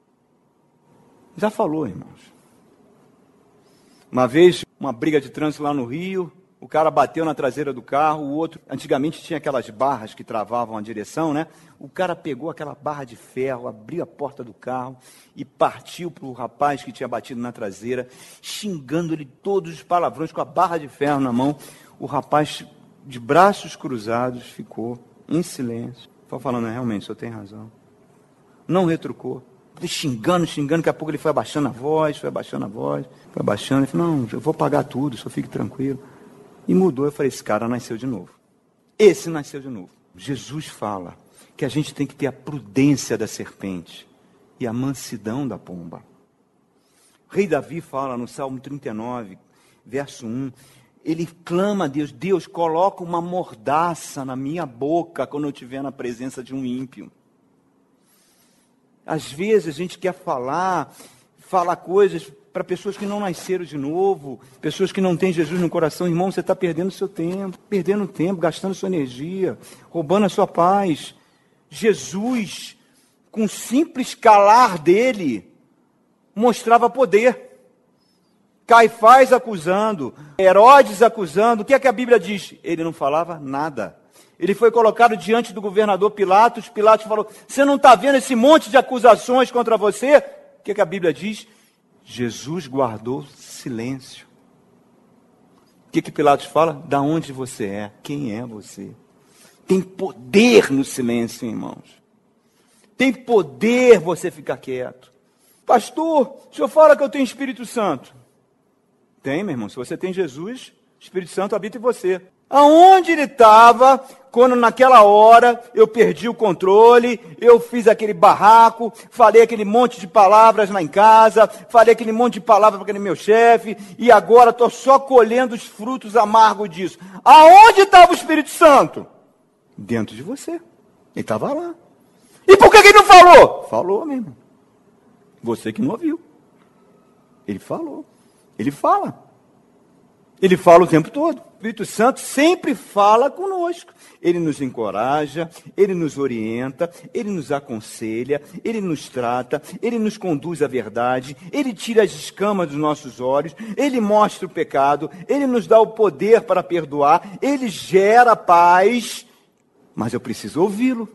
Já falou, irmãos. Uma vez, uma briga de trânsito lá no Rio, o cara bateu na traseira do carro, o outro, antigamente tinha aquelas barras que travavam a direção, né? O cara pegou aquela barra de ferro, abriu a porta do carro e partiu para o rapaz que tinha batido na traseira, xingando ele todos os palavrões com a barra de ferro na mão. O rapaz, de braços cruzados, ficou em silêncio. Foi falando, realmente, o senhor tem razão. Não retrucou. Xingando, xingando, daqui a pouco ele foi abaixando a voz, foi abaixando a voz, foi abaixando. Ele falou, não, eu vou pagar tudo, só fique tranquilo. E mudou, eu falei, esse cara nasceu de novo. Esse nasceu de novo. Jesus fala que a gente tem que ter a prudência da serpente e a mansidão da pomba. O rei Davi fala no Salmo trinta e nove, verso um, ele clama a Deus, Deus, coloca uma mordaça na minha boca quando eu estiver na presença de um ímpio. Às vezes a gente quer falar, falar coisas para pessoas que não nasceram de novo, pessoas que não têm Jesus no coração. Irmão, você está perdendo o seu tempo, perdendo tempo, gastando sua energia, roubando a sua paz. Jesus, com o simples calar dele, mostrava poder. Caifás acusando, Herodes acusando, o que é que a Bíblia diz? Ele não falava nada. Ele foi colocado diante do governador Pilatos. Pilatos falou, você não está vendo esse monte de acusações contra você? O que, que a Bíblia diz? Jesus guardou silêncio. O que, que Pilatos fala? Da onde você é? Quem é você? Tem poder no silêncio, irmãos. Tem poder você ficar quieto. Pastor, o senhor fala que eu tenho Espírito Santo. Tem, meu irmão. Se você tem Jesus, o Espírito Santo habita em você. Aonde ele estava quando naquela hora eu perdi o controle, eu fiz aquele barraco, falei aquele monte de palavras lá em casa, falei aquele monte de palavras para aquele meu chefe, e agora estou só colhendo os frutos amargos disso. Aonde estava o Espírito Santo? Dentro de você. Ele estava lá. E por que, que ele não falou? Falou, meu irmão. Você que não ouviu. Ele falou. Ele fala. Ele fala o tempo todo. O Espírito Santo sempre fala conosco. Ele nos encoraja, ele nos orienta, ele nos aconselha, ele nos trata, ele nos conduz à verdade, ele tira as escamas dos nossos olhos, ele mostra o pecado, ele nos dá o poder para perdoar, ele gera paz, mas eu preciso ouvi-lo.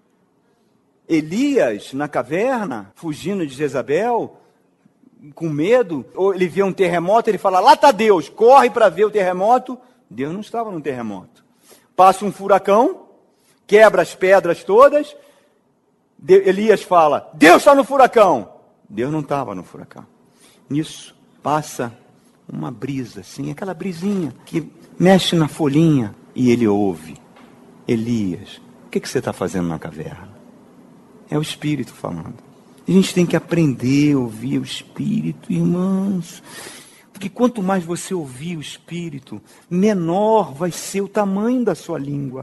Elias, na caverna, fugindo de Jezabel, com medo, ou ele vê um terremoto, ele fala, lá está Deus, corre para ver o terremoto. Deus não estava no terremoto. Passa um furacão, quebra as pedras todas, de, Elias fala, Deus está no furacão. Deus não estava no furacão. Nisso, passa uma brisa, assim, aquela brisinha que mexe na folhinha, e ele ouve, Elias, o que, que você está fazendo na caverna? É o Espírito falando. A gente tem que aprender a ouvir o Espírito, irmãos. Porque quanto mais você ouvir o Espírito, menor vai ser o tamanho da sua língua.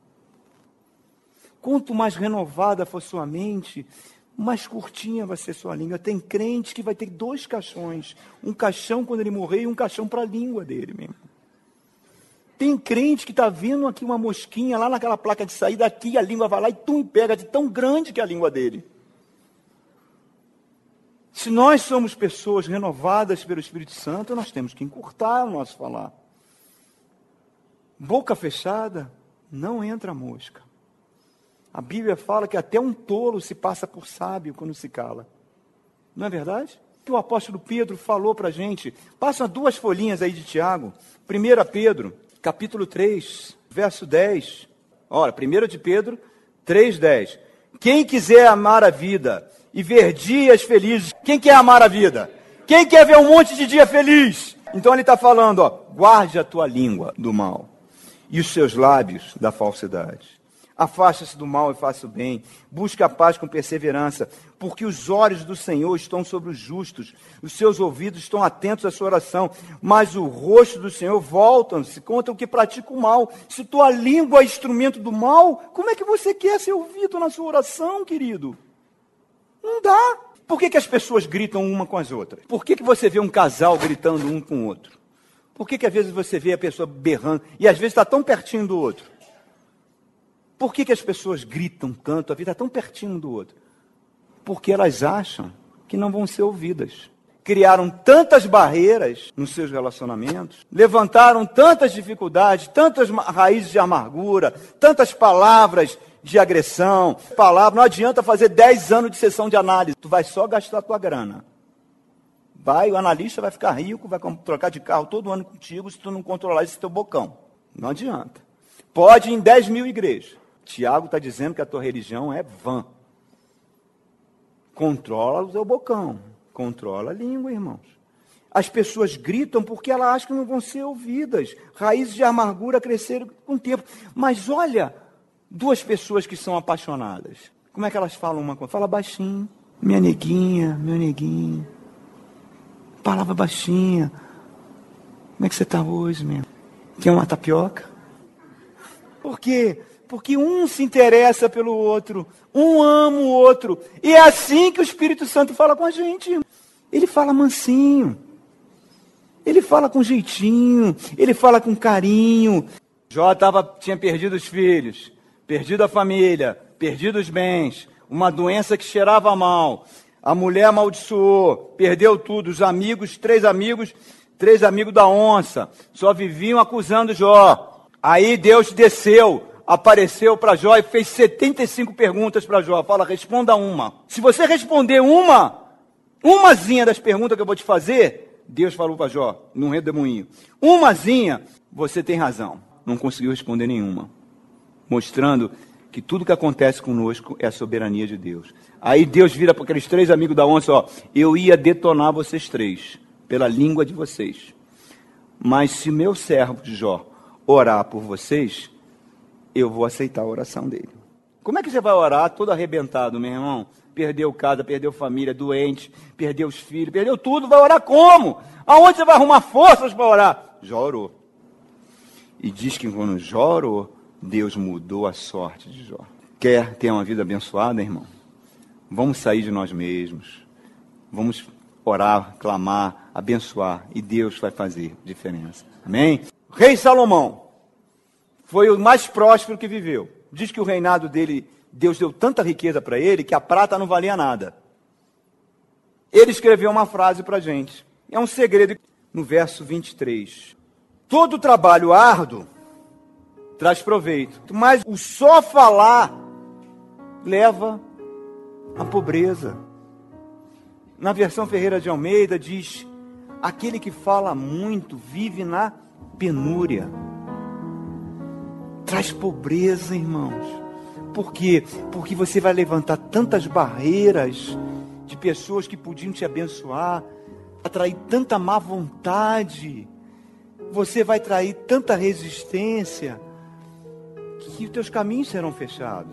Quanto mais renovada for sua mente, mais curtinha vai ser sua língua. Tem crente que vai ter dois caixões. Um caixão quando ele morrer e um caixão para a língua dele mesmo. Tem crente que está vendo aqui uma mosquinha lá naquela placa de saída, aqui a língua vai lá e tum, pega de tão grande que é a língua dele. Se nós somos pessoas renovadas pelo Espírito Santo, nós temos que encurtar o nosso falar. Boca fechada, não entra mosca. A Bíblia fala que até um tolo se passa por sábio quando se cala. Não é verdade? Que o apóstolo Pedro falou para a gente. Passa duas folhinhas aí de Tiago. primeira Pedro, capítulo três, verso dez. Ora, primeira de Pedro, três, dez. Quem quiser amar a vida e ver dias felizes. Quem quer amar a vida? Quem quer ver um monte de dia feliz? Então ele está falando, ó, guarde a tua língua do mal e os seus lábios da falsidade. Afasta-se do mal e faça o bem. Busque a paz com perseverança, porque os olhos do Senhor estão sobre os justos, os seus ouvidos estão atentos à sua oração, mas o rosto do Senhor volta-se contra o que pratica o mal. Se tua língua é instrumento do mal, como é que você quer ser ouvido na sua oração, querido? Não dá. Por que, que as pessoas gritam uma com as outras? Por que, que você vê um casal gritando um com o outro? Por que, que às vezes você vê a pessoa berrando e às vezes está tão pertinho do outro? Por que, que as pessoas gritam tanto, a vida está tão pertinho do outro? Porque elas acham que não vão ser ouvidas. Criaram tantas barreiras nos seus relacionamentos, levantaram tantas dificuldades, tantas raízes de amargura, tantas palavras de agressão, palavra, não adianta fazer dez anos de sessão de análise, tu vai só gastar a tua grana. Vai, o analista vai ficar rico, vai trocar de carro todo ano contigo, se tu não controlar esse teu bocão. Não adianta. Pode ir em dez mil igrejas. Tiago está dizendo que a tua religião é vã. Controla o teu bocão, controla a língua, irmãos. As pessoas gritam porque elas acham que não vão ser ouvidas. Raízes de amargura cresceram com o tempo. Mas olha, duas pessoas que são apaixonadas. Como é que elas falam uma coisa? Fala baixinho. Minha neguinha, meu neguinho. Palavra baixinha. Como é que você está hoje, meu? Quer uma tapioca? Por quê? Porque um se interessa pelo outro. Um ama o outro. E é assim que o Espírito Santo fala com a gente. Ele fala mansinho. Ele fala com jeitinho. Ele fala com carinho. Jó tava, tinha perdido os filhos. Perdido a família, perdido os bens, uma doença que cheirava mal, a mulher amaldiçoou, perdeu tudo, os amigos, três amigos, três amigos da onça, só viviam acusando Jó. Aí Deus desceu, apareceu para Jó e fez setenta e cinco perguntas para Jó. Fala, responda uma. Se você responder uma, umazinha das perguntas que eu vou te fazer, Deus falou para Jó, num redemoinho, umazinha, você tem razão. Não conseguiu responder nenhuma. Mostrando que tudo que acontece conosco é a soberania de Deus. Aí Deus vira para aqueles três amigos da onça, ó, eu ia detonar vocês três, pela língua de vocês. Mas se meu servo Jó orar por vocês, eu vou aceitar a oração dele. Como é que você vai orar todo arrebentado, meu irmão? Perdeu casa, perdeu família, doente, perdeu os filhos, perdeu tudo, vai orar como? Aonde você vai arrumar forças para orar? Jó orou. E diz que quando Jó orou, Deus mudou a sorte de Jó. Quer ter uma vida abençoada, irmão? Vamos sair de nós mesmos. Vamos orar, clamar, abençoar. E Deus vai fazer diferença. Amém? O rei Salomão foi o mais próspero que viveu. Diz que o reinado dele, Deus deu tanta riqueza para ele, que a prata não valia nada. Ele escreveu uma frase para a gente. É um segredo. No verso vinte e três. Todo trabalho árduo traz proveito, mas o só falar leva à pobreza. Na versão Ferreira de Almeida diz, aquele que fala muito vive na penúria. Traz pobreza, irmãos. Por quê? Porque você vai levantar tantas barreiras de pessoas que podiam te abençoar, atrair tanta má vontade, você vai atrair tanta resistência, que os teus caminhos serão fechados,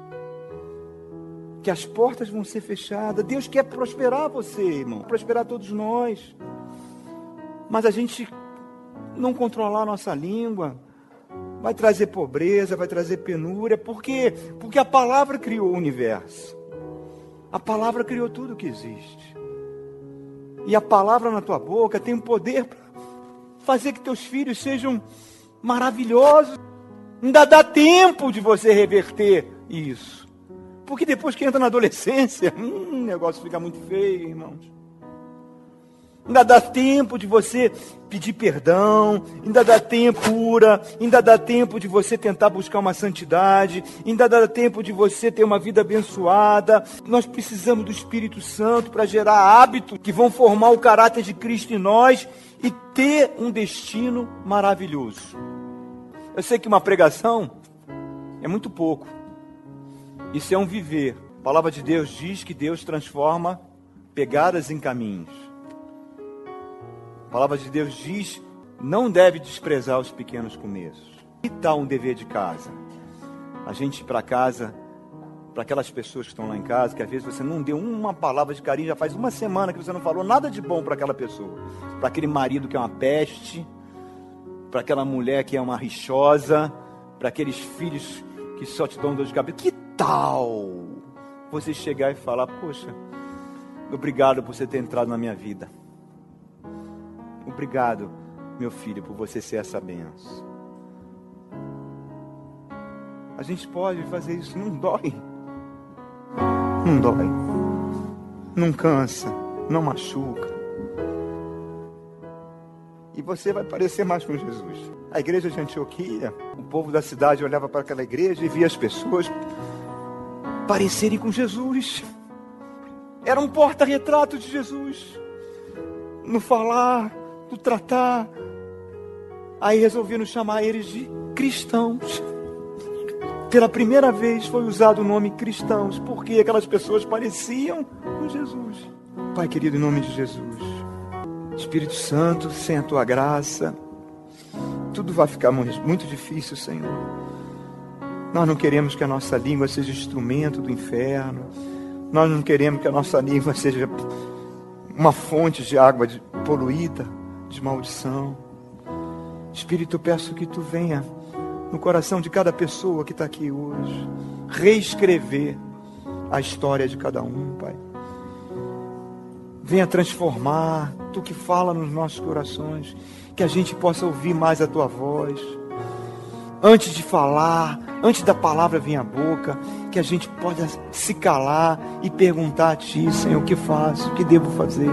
que as portas vão ser fechadas. Deus quer prosperar você, irmão, prosperar todos nós, mas a gente não controlar a nossa língua, vai trazer pobreza, vai trazer penúria. Por quê? Porque a palavra criou o universo, a palavra criou tudo que existe, e a palavra na tua boca tem o poder para fazer que teus filhos sejam maravilhosos. Ainda dá tempo de você reverter isso. Porque depois que entra na adolescência, hum, o negócio fica muito feio, irmãos. Ainda dá tempo de você pedir perdão, ainda dá tempo cura, ainda dá tempo de você tentar buscar uma santidade, ainda dá tempo de você ter uma vida abençoada. Nós precisamos do Espírito Santo para gerar hábitos que vão formar o caráter de Cristo em nós e ter um destino maravilhoso. Eu sei que uma pregação é muito pouco. Isso é um viver. A palavra de Deus diz que Deus transforma pegadas em caminhos. A palavra de Deus diz, não deve desprezar os pequenos começos. Que tal um dever de casa? A gente ir para casa, para aquelas pessoas que estão lá em casa, que às vezes você não deu uma palavra de carinho, já faz uma semana que você não falou nada de bom para aquela pessoa. Para aquele marido que é uma peste, para aquela mulher que é uma rixosa, para aqueles filhos que só te dão dor de cabeça. Que tal você chegar e falar, poxa, obrigado por você ter entrado na minha vida. Obrigado, meu filho, por você ser essa bênção. A gente pode fazer isso, não dói. Não dói. Não cansa, não machuca. E você vai parecer mais com Jesus. A igreja de Antioquia, o povo da cidade olhava para aquela igreja e via as pessoas parecerem com Jesus. Era um porta-retrato de Jesus. No falar, no tratar. Aí resolveram chamar eles de cristãos. Pela primeira vez foi usado o nome cristãos, porque aquelas pessoas pareciam com Jesus. Pai querido, em nome de Jesus, Espírito Santo, sem a tua graça, tudo vai ficar muito difícil, Senhor. Nós não queremos que a nossa língua seja instrumento do inferno. Nós não queremos que a nossa língua seja uma fonte de água de, poluída, de maldição. Espírito, eu peço que tu venha no coração de cada pessoa que está aqui hoje, reescrever a história de cada um, Pai. Venha transformar, tu que fala nos nossos corações, que a gente possa ouvir mais a tua voz. Antes de falar, antes da palavra vir à boca, que a gente possa se calar e perguntar a ti, Senhor, o que faço, o que devo fazer.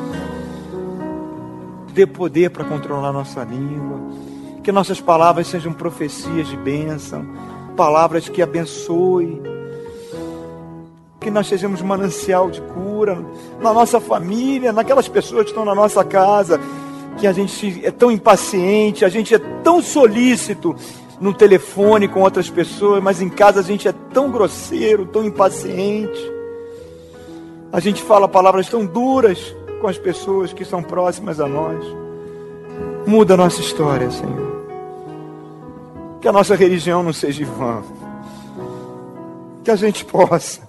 Dê poder para controlar nossa língua, que nossas palavras sejam profecias de bênção, palavras que abençoe, que nós sejamos manancial de cura na nossa família, naquelas pessoas que estão na nossa casa, que a gente é tão impaciente, a gente é tão solícito no telefone com outras pessoas, mas em casa a gente é tão grosseiro, tão impaciente. A gente fala palavras tão duras com as pessoas que são próximas a nós. Muda a nossa história, Senhor. Que a nossa religião não seja vã. Que a gente possa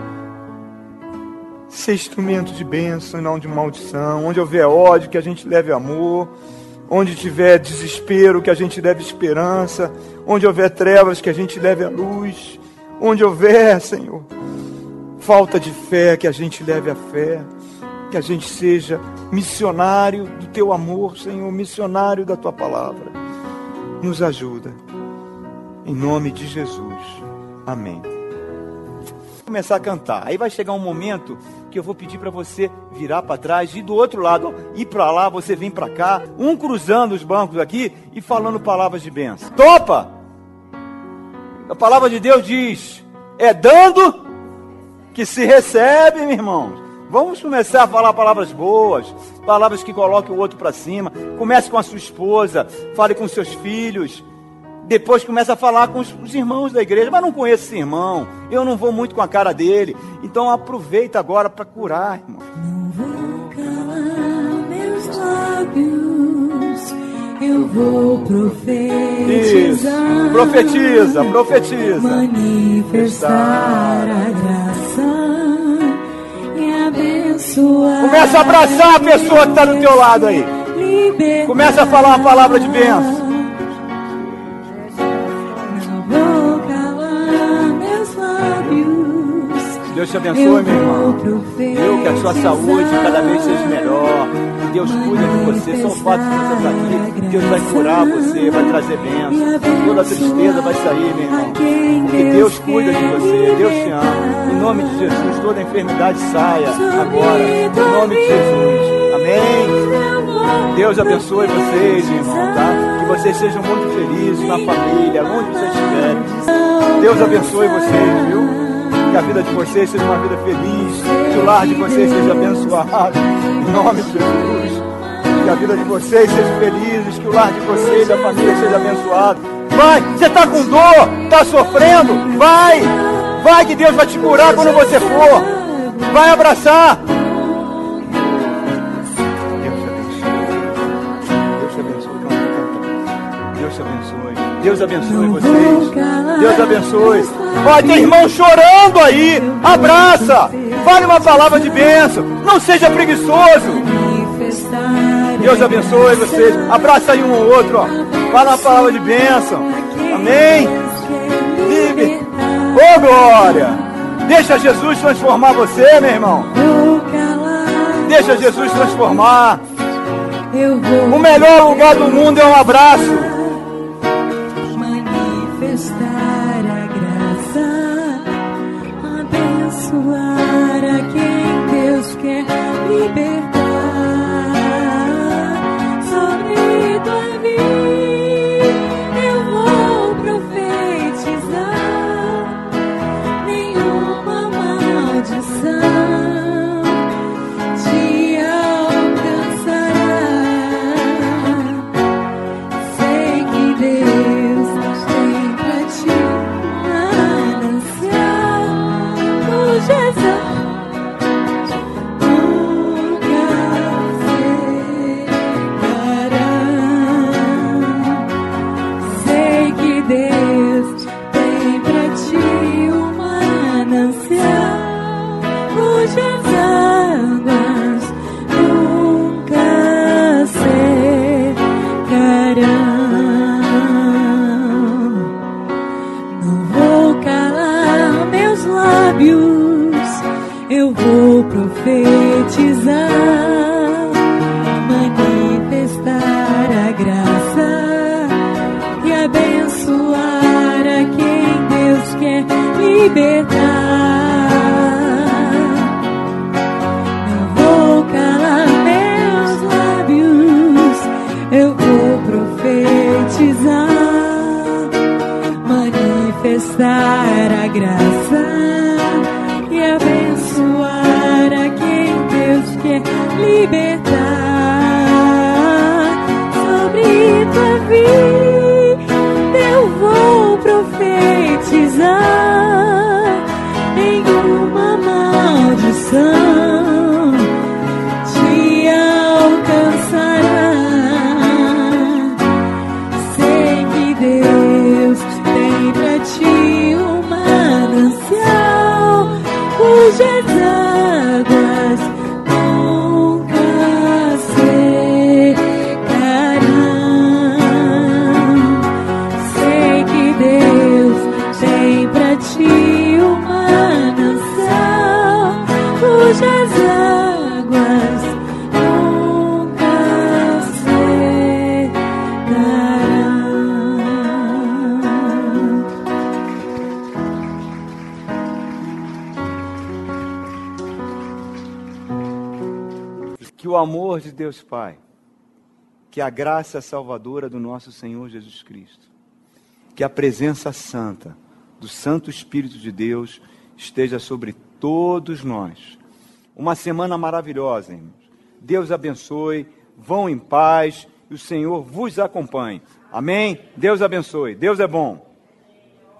ser instrumento de bênção e não de maldição. Onde houver ódio, que a gente leve amor. Onde tiver desespero, que a gente leve esperança. Onde houver trevas, que a gente leve a luz. Onde houver, Senhor, falta de fé, que a gente leve a fé. Que a gente seja missionário do Teu amor, Senhor, missionário da Tua palavra. Nos ajuda. Em nome de Jesus. Amém. Vou começar a cantar. Aí vai chegar um momento que eu vou pedir para você virar para trás e do outro lado, ir para lá, você vem para cá, um cruzando os bancos aqui e falando palavras de bênção. Topa! A palavra de Deus diz: é dando que se recebe, meu irmão. Vamos começar a falar palavras boas, palavras que coloquem o outro para cima. Comece com a sua esposa, fale com seus filhos. Depois começa a falar com os, os irmãos da igreja. Mas não conheço esse irmão, eu não vou muito com a cara dele. Então aproveita agora para curar, irmão. Não vou calar meus lábios, eu vou profetizar. Isso, profetiza, profetiza. Manifestar a graça e abençoar. Começa a abraçar a pessoa que está do teu lado aí. Começa a falar uma palavra de bênção. Deus te abençoe, meu irmão. Eu que a sua saúde cada vez seja melhor. Que Deus cuida de você. Só o fato de você estar aqui, Deus vai curar você, vai trazer bênção. Toda tristeza vai sair, meu irmão. Porque Deus cuida de você. Deus te ama. Em nome de Jesus, toda enfermidade saia agora. Em nome de Jesus. Amém. Deus abençoe vocês, irmão, tá? Que vocês sejam muito felizes na família, onde vocês estiverem. Deus abençoe vocês, viu? Que a vida de vocês seja uma vida feliz, que o lar de vocês seja abençoado, em nome de Jesus. Que a vida de vocês seja feliz, que o lar de vocês, a família seja abençoado. Vai, você está com dor, está sofrendo, vai, vai que Deus vai te curar quando você for. Vai abraçar. Deus abençoe vocês. Deus abençoe. Ó, tem irmão chorando aí. Abraça. Fale uma palavra de bênção. Não seja preguiçoso. Deus abençoe vocês. Abraça aí um ou outro. Ó. Fala uma palavra de bênção. Amém. Livre. Ô, glória. Deixa Jesus transformar você, meu irmão. Deixa Jesus transformar. O melhor lugar do mundo é um abraço. Manifestar a graça, abençoar a quem Deus quer libertar. Sobre tua vida eu vou profetizar. Nenhuma maldição te alcançará. Sei que Deus tem pra ti sobre tua vida eu vou profetizar. Nenhuma maldição te alcançará. Sei que Deus tem pra ti um manancial cujas águas nunca secarão. Sei que Deus tem pra ti um manancial cujas águas nunca secarão. Que o amor de Deus Pai, que a graça salvadora do nosso Senhor Jesus Cristo, que a presença santa do Santo Espírito de Deus esteja sobre todos nós. Uma semana maravilhosa, irmãos. Deus abençoe, vão em paz e o Senhor vos acompanhe. Amém? Deus abençoe. Deus é bom.